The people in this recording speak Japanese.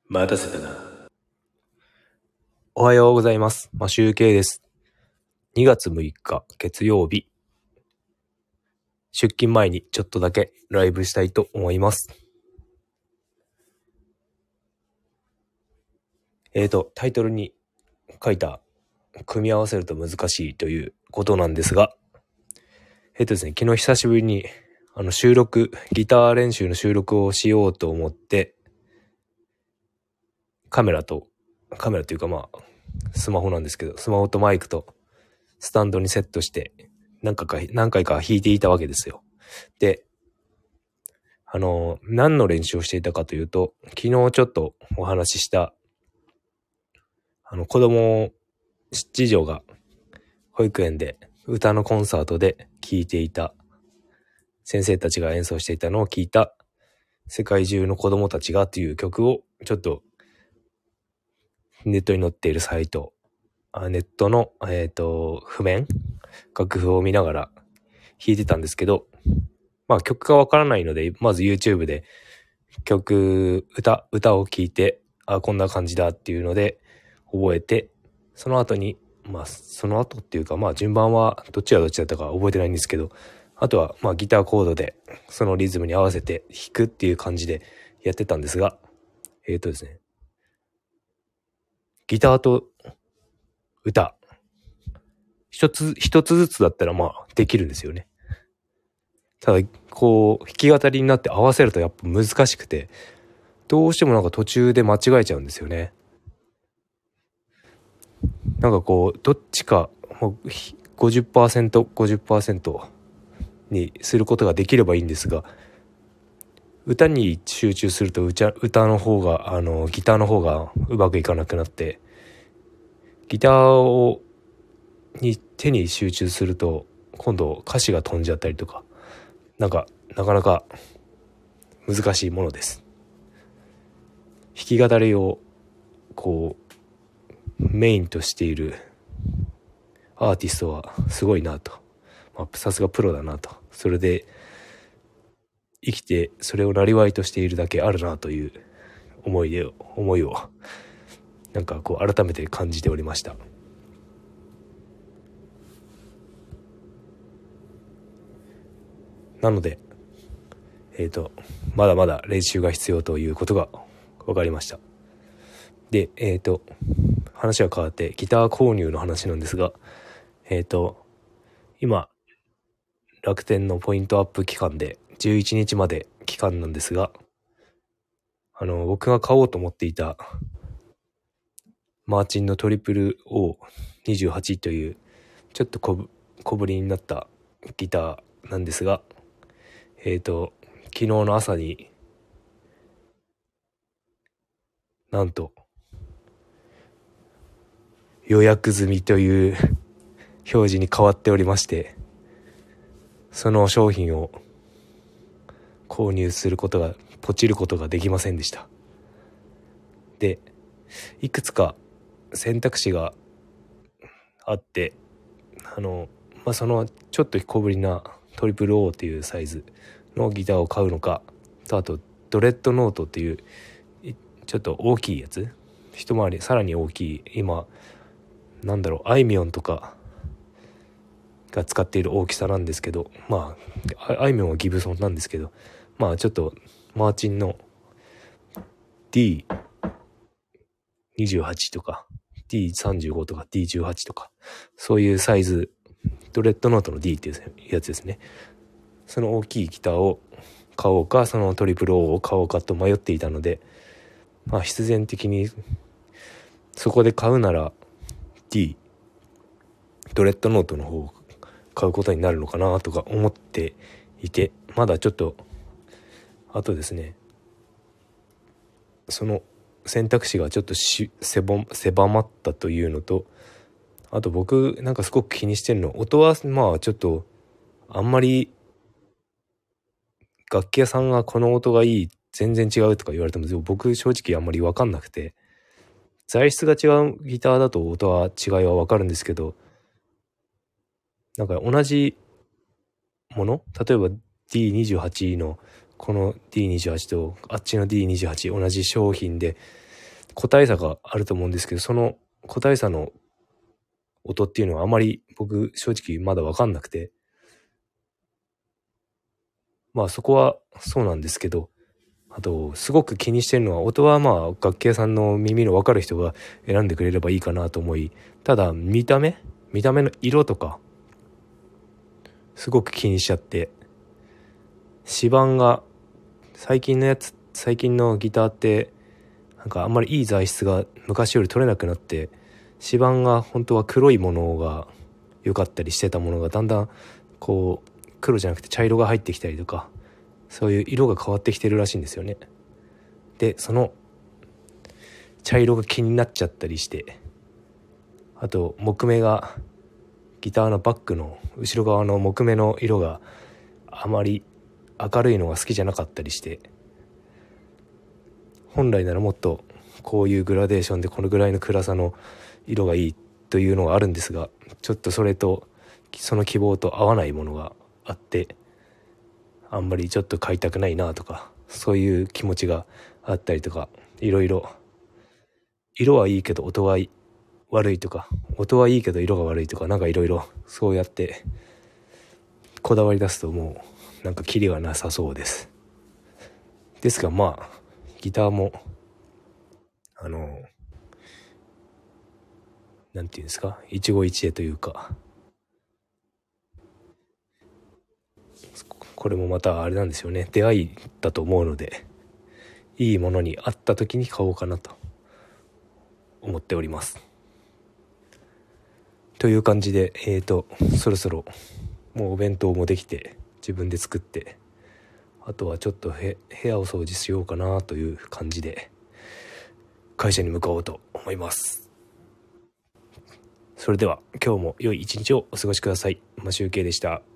待たせたな。 おはようございます。集計です。2月6日月曜日。出勤前にちょっとだけライブしたいと思います。タイトルに書いた組み合わせると難しいということなんですが、ですね、昨日久しぶりにギター練習の収録をしようと思って、カメラというかスマホなんですけど、スマホとマイクとスタンドにセットして何回か弾いていたわけですよ。で、何の練習をしていたかというと、昨日ちょっとお話しした、次女が保育園で歌のコンサートで聴いていた、先生たちが演奏していたのを聴いた、世界中の子供たちがという曲をちょっとネットに載っているサイト、ネットの、楽譜を見ながら弾いてたんですけど、曲がわからないので、まず YouTube で歌を聴いて、こんな感じだっていうので覚えて、その後っていうか、順番はどっちがどっちだったか覚えてないんですけど、あとはギターコードでそのリズムに合わせて弾くっていう感じでやってたんですが、ですね、ギターと歌、一つずつだったらできるんですよね。ただ、弾き語りになって合わせるとやっぱ難しくて、どうしても途中で間違えちゃうんですよね。どっちか、50%、50% にすることができればいいんですが、歌に集中すると歌の方が、ギターの方がうまくいかなくなって、ギターに手に集中すると、今度歌詞が飛んじゃったりとか、なかなか難しいものです。弾き語りをメインとしているアーティストはすごいなと、さすがプロだなと、それで生きてそれを生業としているだけあるなという思いを改めて感じておりました。なのでまだまだ練習が必要ということが分かりました。で、話は変わってギター購入の話なんですが、今楽天のポイントアップ期間で11日まで期間なんですが、僕が買おうと思っていたマーチンのトリプル O28 というちょっと小ぶりになったギターなんですが、昨日の朝になんと予約済みという表示に変わっておりまして、その商品を購入することがポチることができませんでした。で、いくつか選択肢があって、そのちょっと小ぶりなトリプル O っていうサイズのギターを買うのか、あとドレッドノートっていうちょっと大きいやつ、一回りさらに大きい、今あいみょんとかが使っている大きさなんですけど、あいみょんはギブソンなんですけど、ちょっとマーチンの D28 とか D35 とか D18 とか、そういうサイズ、ドレッドノートの D っていうやつですね。その大きいギターを買おうか、そのトリプル O を買おうかと迷っていたので、必然的にそこで買うなら ドレッドノートの方を買うことになるのかなとか思っていて、まだちょっとあとですね、その選択肢がちょっと狭まったというのと、あと僕すごく気にしてるの、音はちょっとあんまり楽器屋さんがこの音がいい、全然違うとか言われても僕正直あんまり分かんなくて、材質が違うギターだと音は違いは分かるんですけど、同じもの、例えば D28 のこの D28 とあっちの D28 同じ商品で個体差があると思うんですけど、その個体差の音っていうのはあまり僕正直まだわかんなくて、まあそこはそうなんですけど、あとすごく気にしてるのは、音はまあ楽器屋さんの耳のわかる人が選んでくれればいいかなと思い、ただ見た目の色とかすごく気にしちゃって、指板が最近のギターってなんかあんまりいい材質が昔より取れなくなって、指板が本当は黒いものが良かったりしてたものがだんだんこう黒じゃなくて茶色が入ってきたりとか、そういう色が変わってきてるらしいんですよね。でその茶色が気になっちゃったりして、あと木目が、ギターのバックの後ろ側の木目の色があまり明るいのが好きじゃなかったりして、本来ならもっとこういうグラデーションでこのぐらいの暗さの色がいいというのがあるんですが、ちょっとそれとその希望と合わないものがあって、あんまりちょっと買いたくないなとか、そういう気持ちがあったりとか、いろいろ、色はいいけど音は悪いとか、音はいいけど色が悪いとか、なんかいろいろそうやってこだわり出すともうなんかキリがなさそうです。ですがまあギターもなんていうんですか、一期一会というか、これもまたあれなんですよね、出会いだと思うので、いいものに会った時に買おうかなと思っております。という感じでそろそろもうお弁当もできて自分で作って、あとはちょっと部屋を掃除しようかなという感じで会社に向かおうと思います。それでは今日も良い一日をお過ごしください。マシュウケイでした。